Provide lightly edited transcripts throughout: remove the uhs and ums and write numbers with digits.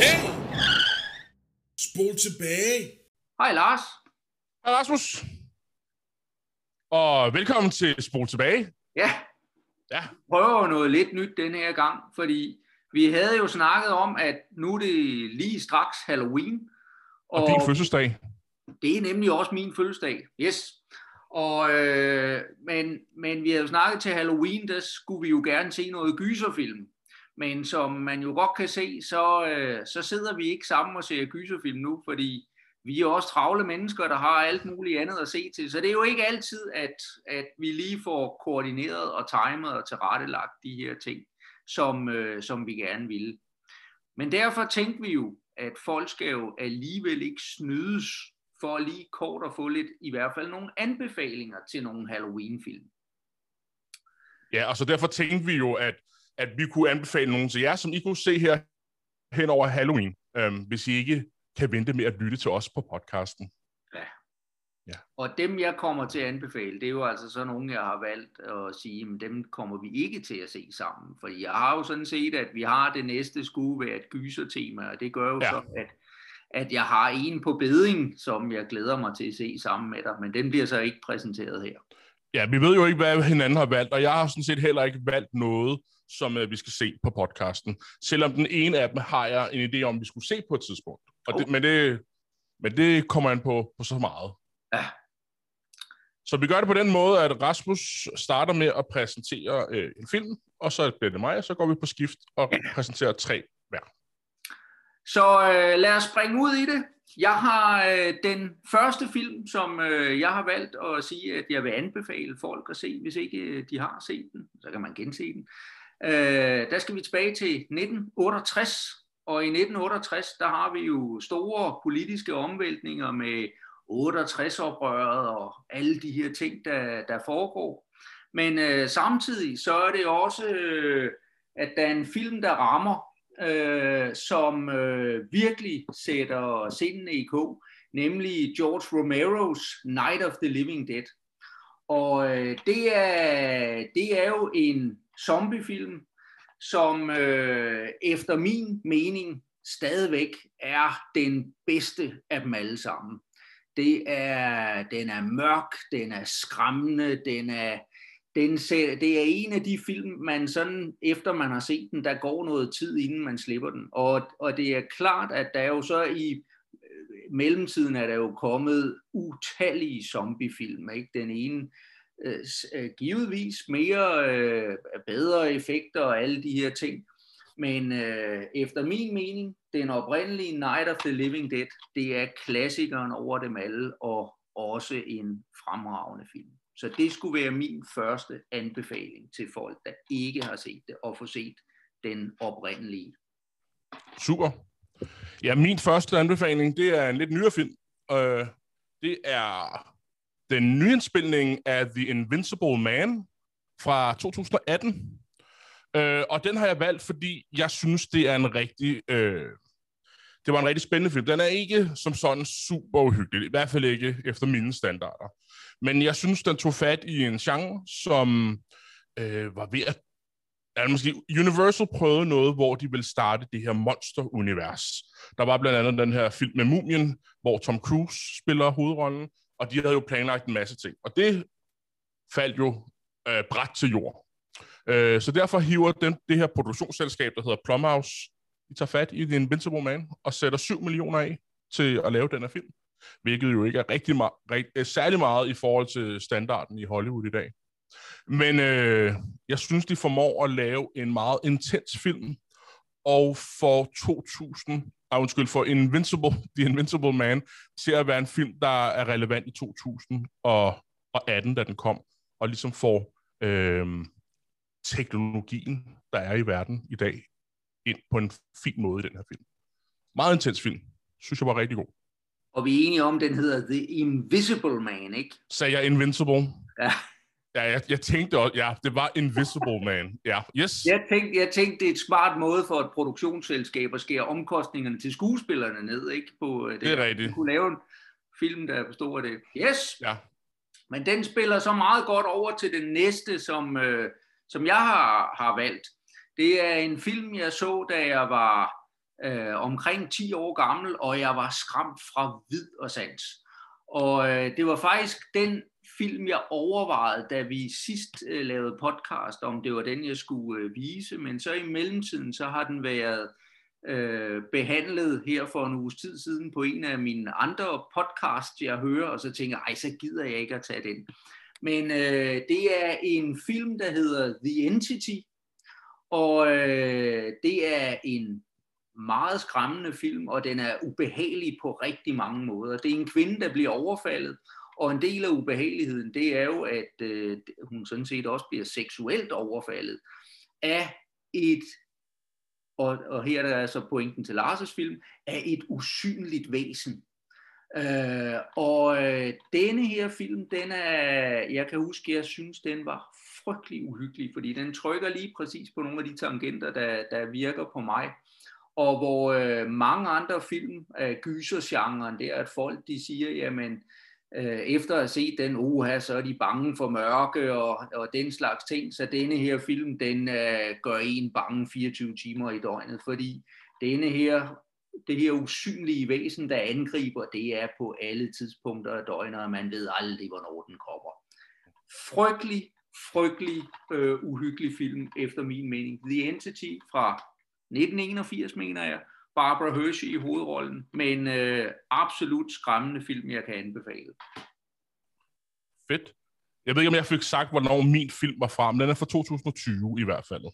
Hey! Spol tilbage. Hej Lars. Hej Rasmus. Og velkommen til Spol tilbage. Ja, prøver noget lidt nyt den her gang, fordi vi havde jo snakket om, at nu er det lige straks Halloween. Og din fødselsdag. Det er nemlig også min fødselsdag, yes. Men vi havde jo snakket til Halloween, der skulle vi jo gerne se noget gyserfilm. Men som man jo godt kan se, så sidder vi ikke sammen og ser gyserfilm nu, fordi vi er også travle mennesker, der har alt muligt andet at se til. Så det er jo ikke altid, at vi lige får koordineret og timet og tilrettelagt de her ting, som vi gerne ville. Men derfor tænkte vi jo, at folk skal jo alligevel ikke snydes for lige kort at få lidt, i hvert fald nogle anbefalinger til nogle Halloween-film. Ja, og så derfor tænkte vi jo, at vi kunne anbefale nogen til jer, som I kunne se her hen over Halloween, hvis I ikke kan vente med at lytte til os på podcasten. Ja. Og dem, jeg kommer til at anbefale, det er jo altså så nogle, jeg har valgt at sige, men dem kommer vi ikke til at se sammen. For jeg har jo sådan set, at vi har det næste skulle være et gysertema, og det gør jo så, at jeg har en på beding, som jeg glæder mig til at se sammen med dig, men den bliver så ikke præsenteret her. Ja, vi ved jo ikke, hvad hinanden har valgt, og jeg har sådan set heller ikke valgt noget, som vi skal se på podcasten. Selvom den ene af dem har jeg en idé om, vi skulle se på et tidspunkt. Og men det kommer an på så meget. Ja. Så vi gør det på den måde, at Rasmus starter med at præsentere en film, og så bliver det mig, og så går vi på skift og præsenterer 3 hver. Så lad os springe ud i det. Jeg har den første film, som jeg har valgt at sige, at jeg vil anbefale folk at se, hvis ikke de har set den, så kan man gense den. Der skal vi tilbage til 1968, og i 1968, der har vi jo store politiske omvæltninger med 68-oprøret og alle de her ting, der foregår. Men samtidig så er det også, at der er en film, der rammer, som virkelig sætter sindene i kog, nemlig George Romero's Night of the Living Dead. Og det er jo en zombiefilm, som efter min mening stadigvæk er den bedste af dem alle sammen. Den er mørk, den er skræmmende, det er en af de film, man sådan, efter man har set den, der går noget tid, inden man slipper den. Og det er klart, at der er jo så i mellemtiden er der jo kommet utallige zombiefilm, ikke? Den ene givetvis bedre effekter og alle de her ting. Men efter min mening, den oprindelige Night of the Living Dead, det er klassikeren over dem alle, og også en fremragende film. Så det skulle være min første anbefaling til folk, der ikke har set det, og få set den oprindelige. Super. Ja, min første anbefaling, det er en lidt nyere film. Det er den nyindspilning af The Invincible Man fra 2018. Og den har jeg valgt, fordi jeg synes, det var en rigtig spændende film. Den er ikke som sådan super uhyggelig, i hvert fald ikke efter mine standarder. Men jeg synes, den tog fat i en genre, som var ved at... Måske Universal prøvede noget, hvor de ville starte det her monster-univers. Der var blandt andet den her film med Mumien, hvor Tom Cruise spiller hovedrollen, og de havde jo planlagt en masse ting. Og det faldt jo brat til jord. Så derfor hiver det her produktionsselskab, der hedder Blumhouse, de tager fat i The Invincible Man og sætter 7 millioner af til at lave den her film. Hvilket jo ikke er særlig meget i forhold til standarden i Hollywood i dag. Men jeg synes, de formår at lave en meget intens film, og for The Invincible Man til at være en film, der er relevant i 2018, da den kom, og ligesom får teknologien, der er i verden i dag, ind på en fin måde i den her film. Meget intens film. Synes jeg var rigtig god. Og vi er enige om, den hedder The Invisible Man, ikke? Sagde jeg Invincible? Ja. Ja, jeg tænkte også, ja, det var Invisible Man. Ja, yes. Jeg tænkte, det er et smart måde for et produktionsselskab at skære omkostningerne til skuespillerne ned, ikke? Det er rigtigt. Du kunne lave en film, der består af det. Yes! Ja. Men den spiller så meget godt over til den næste, som jeg har valgt. Det er en film, jeg så, da jeg var omkring 10 år gammel, og jeg var skræmt fra vid og sans. Og det var faktisk den film, jeg overvejede, da vi sidst lavede podcast, om det var den, jeg skulle vise, men så i mellemtiden, så har den været behandlet her for en uges tid siden på en af mine andre podcasts, jeg hører, og så tænker jeg, så gider jeg ikke at tage den. Men det er en film, der hedder The Entity, og det er en meget skræmmende film, og den er ubehagelig på rigtig mange måder. Det er en kvinde, der bliver overfaldet, og en del af ubehageligheden, det er jo, at hun sådan set også bliver seksuelt overfaldet af et, og her er der altså pointen til Lars' film, af et usynligt væsen. Denne her film, jeg kan huske, jeg synes, den var frygtelig uhyggelig, fordi den trykker lige præcis på nogle af de tangenter, der virker på mig. Og hvor mange andre film af gysergenren, det er, at folk de siger, jamen, efter at have set den så er de bange for mørke og den slags ting, så denne her film, den gør en bange 24 timer i døgnet, fordi det her usynlige væsen, der angriber, det er på alle tidspunkter af døgnet, og man ved aldrig, hvornår den kommer. Frygtelig uhyggelig film, efter min mening. The Entity fra 1981, mener jeg. Barbara Hershey i hovedrollen, men absolut skræmmende film, jeg kan anbefale. Fedt. Jeg ved ikke, om jeg fik sagt, hvornår min film var fra, men den er fra 2020 i hvert fald.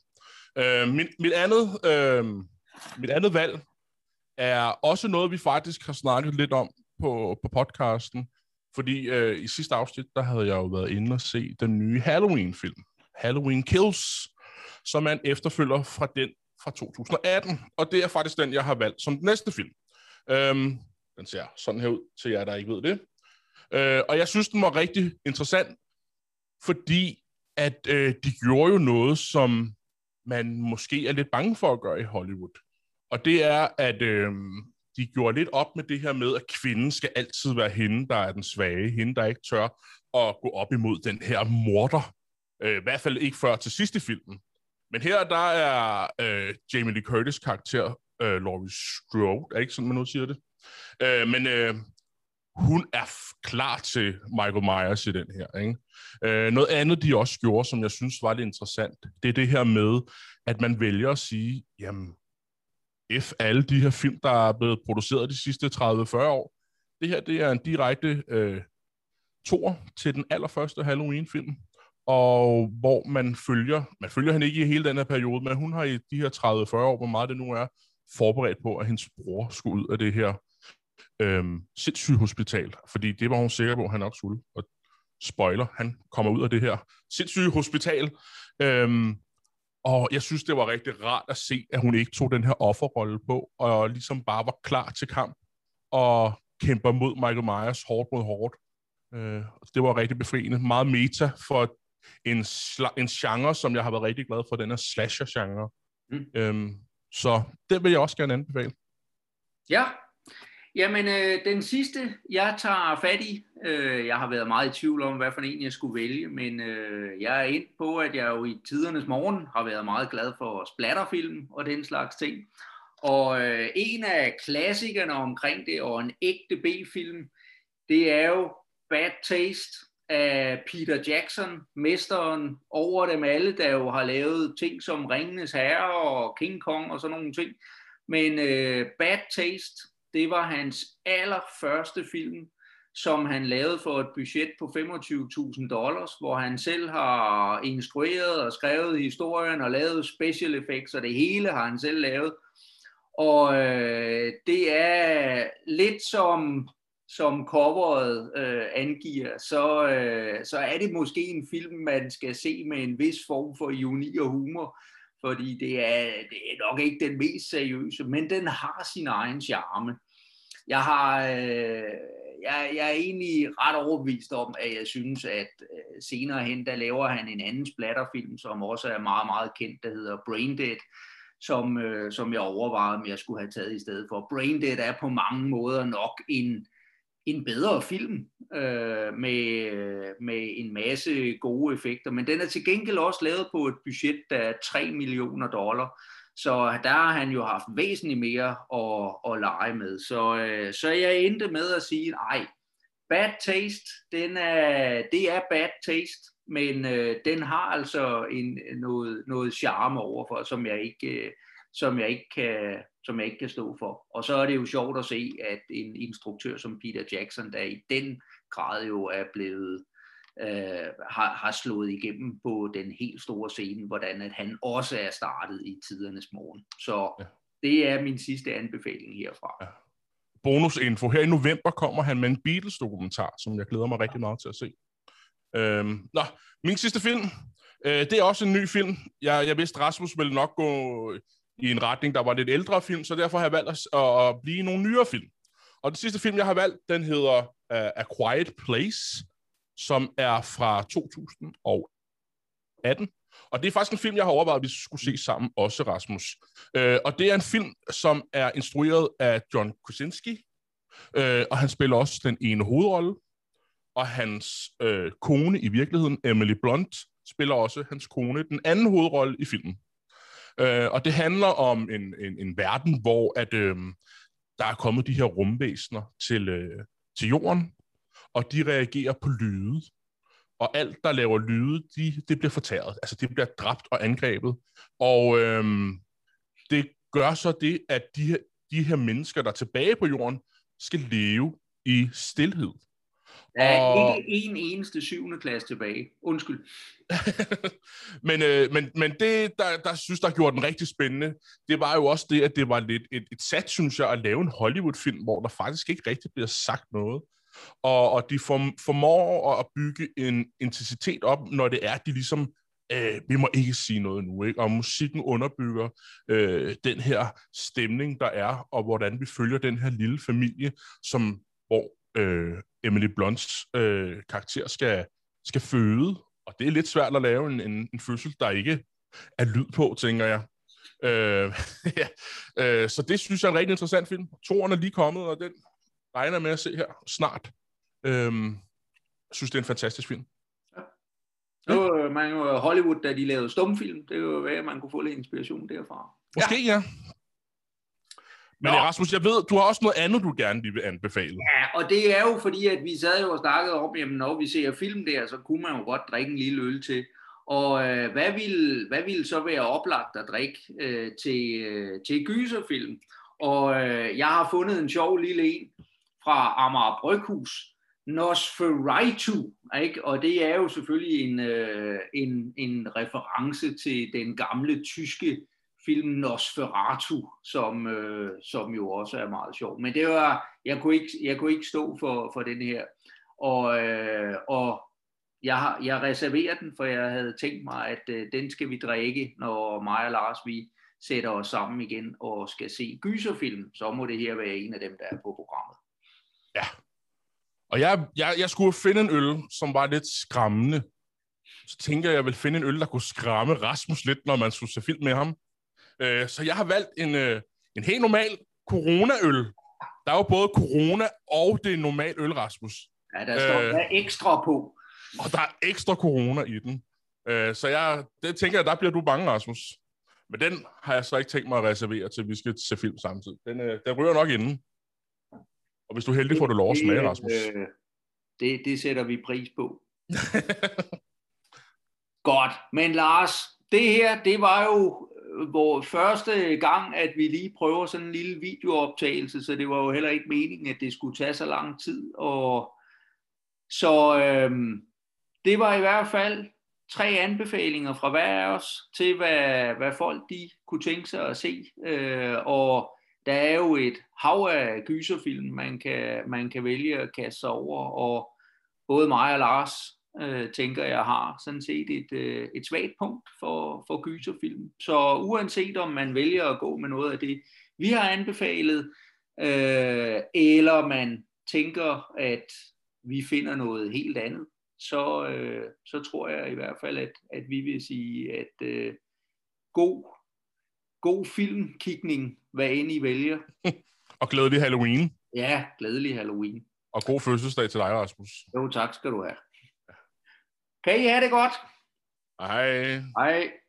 Mit andet valg er også noget, vi faktisk har snakket lidt om på podcasten, fordi i sidste afsnit, der havde jeg jo været inde og se den nye Halloween-film, Halloween Kills, som er en efterfølger fra den fra 2018, og det er faktisk den, jeg har valgt som den næste film. Den ser sådan her ud, til jer, der ikke ved det. Og jeg synes, den var rigtig interessant, fordi at de gjorde jo noget, som man måske er lidt bange for at gøre i Hollywood. Og det er, at de gjorde lidt op med det her med, at kvinden skal altid være hende, der er den svage, hende, der ikke tør at gå op imod den her morder. I hvert fald ikke før til sidst i filmen. Men her, der er Jamie Lee Curtis' karakter, Laurie Strode, er ikke sådan, man nu siger det? Men hun er klar til Michael Myers i den her, ikke? Noget andet, de også gjorde, som jeg synes var lidt interessant, det er det her med, at man vælger at sige, jamen, alle de her film, der er blevet produceret de sidste 30-40 år, det her, det er en direkte toer til den allerførste Halloween-film, og hvor man følger hende ikke i hele den her periode, men hun har i de her 30-40 år, hvor meget det nu er, forberedt på, at hendes bror skulle ud af det her sindssygehospital, fordi det var hun sikker på, at han nok skulle. Og spoiler, han kommer ud af det her sindssygehospital. Og jeg synes, det var rigtig rart at se, at hun ikke tog den her offerrolle på, og ligesom bare var klar til kamp, og kæmper mod Michael Myers hårdt mod hårdt. Det var rigtig befriende. Meget meta for en genre, som jeg har været rigtig glad for, den her slasher-genre. Så det vil jeg også gerne anbefale. Ja, jamen den sidste, jeg tager fat i, jeg har været meget i tvivl om, hvad for en jeg skulle vælge, men jeg er endt på, at jeg jo i tidernes morgen har været meget glad for splatterfilm og den slags ting. Og en af klassikerne omkring det, og en ægte B-film, det er jo Bad Taste af Peter Jackson, mesteren over dem alle, der jo har lavet ting som Ringenes Herre og King Kong og sådan nogle ting. Men Bad Taste, det var hans allerførste film, som han lavede for et budget på $25,000, hvor han selv har instrueret og skrevet historien og lavet special effects, og det hele har han selv lavet. Og det er lidt som coveret angiver, så er det måske en film, man skal se med en vis form for ironi og humor, fordi det er nok ikke den mest seriøse, men den har sin egen charme. Jeg er egentlig ret overbevist om, at jeg synes, at senere hen, der laver han en anden splatterfilm, som også er meget, meget kendt, der hedder Braindead, som jeg overvejede, om jeg skulle have taget i stedet for. Braindead er på mange måder nok en bedre film med en masse gode effekter, men den er til gengæld også lavet på et budget, der er $3 millioner, Så der har han jo haft væsentligt mere at lege med. Så jeg endte med at sige, nej, Bad Taste, det er Bad Taste, men den har altså noget charme overfor, som jeg ikke kan stå for. Og så er det jo sjovt at se, at en instruktør som Peter Jackson, der i den grad jo er blevet har slået igennem på den helt store scene, hvordan at han også er startet i tidernes morgen. Så det er min sidste anbefaling herfra. Ja. Bonusinfo. Her i november kommer han med en Beatles-dokumentar, som jeg glæder mig rigtig meget til at se. Min sidste film, det er også en ny film. Jeg vidste, Rasmus ville nok gå i en retning, der var lidt ældre film, så derfor har jeg valgt at blive nogle nyere film. Og den sidste film, jeg har valgt, den hedder A Quiet Place, som er fra 2018. Og det er faktisk en film, jeg har overvejet, at vi skulle se sammen også, Rasmus. Og det er en film, som er instrueret af John Krasinski, og han spiller også den ene hovedrolle. Og hans kone i virkeligheden, Emily Blunt, spiller også hans kone, den anden hovedrolle i filmen. Og det handler om en verden, hvor at, der er kommet de her rumvæsener til jorden, og de reagerer på lyde. Og alt, der laver lyde, det bliver fortæret. Altså, det bliver dræbt og angrebet. Og det gør så det, at de her mennesker, der er tilbage på jorden, skal leve i stilhed. Der er ikke en eneste 7. klasse tilbage. Undskyld. men det, der synes, der gjorde den rigtig spændende, det var jo også det, at det var lidt et sats, synes jeg, at lave en Hollywood-film, hvor der faktisk ikke rigtig bliver sagt noget. Og de formår at bygge en intensitet op, når det er, de ligesom, vi må ikke sige noget nu, ikke? Og musikken underbygger den her stemning, der er, og hvordan vi følger den her lille familie, hvor Emily Blunts karakter skal føde. Og det er lidt svært at lave en fødsel, der ikke er lyd på, tænker jeg. Så det synes jeg er en rigtig interessant film. 2'eren er lige kommet, og den regner med at se her snart. Jeg synes, det er en fantastisk film. Ja. Det var Hollywood, da de lavede stumfilm. Det var være, at man kunne få lidt inspiration derfra. Måske, ja. Men Rasmus, jeg ved, du har også noget andet, du gerne vil anbefale. Ja, og det er jo fordi, at vi sad jo og snakkede om, jamen når vi ser film der, så kunne man jo godt drikke en lille øl til. Og hvad ville så være oplagt at drikke til gyserfilm? Og jeg har fundet en sjov lille en fra Amager Bryghus, Nosferatu, ikke? Og det er jo selvfølgelig en reference til den gamle tyske film Nosferatu, som jo også er meget sjov. Men det var, jeg kunne ikke stå for den her. Og jeg reserverer den, for jeg havde tænkt mig, at den skal vi drikke, når mig og Lars, vi sætter os sammen igen og skal se gyserfilm. Så må det her være en af dem, der er på programmet. Ja. Og jeg skulle finde en øl, som var lidt skræmmende. Så tænker jeg vil finde en øl, der kunne skræmme Rasmus lidt, når man skulle se film med ham. Så jeg har valgt en helt normal Corona-øl. Der er jo både Corona og det normal øl, Rasmus. Ja, der står ekstra på. Og der er ekstra Corona i den. Så det tænker jeg, der bliver du bange, Rasmus. Men den har jeg så ikke tænkt mig at reservere til, vi skal se film samtidig. Den ryger nok inden. Og hvis du er heldig, får du lov at smage, Rasmus. Det sætter vi pris på. Godt. Men Lars, det her, det var jo vores første gang, at vi lige prøver sådan en lille videooptagelse, så det var jo heller ikke meningen, at det skulle tage så lang tid. Så det var i hvert fald 3 anbefalinger fra hver af os til, hvad folk de kunne tænke sig at se. Og der er jo et hav af gyserfilm, man kan vælge at kaste sig over, og både mig og Lars tænker jeg har sådan set et svagt punkt for gyserfilm. Så uanset om man vælger at gå med noget af det, vi har anbefalet, eller man tænker, at vi finder noget helt andet, så tror jeg i hvert fald, at vi vil sige, at god filmkigning, hvad end I vælger. Og glædelig Halloween. Ja, glædelig Halloween. Og god fødselsdag til dig, Rasmus. Jo, tak skal du have. Kan I have det godt? Hej. Hej.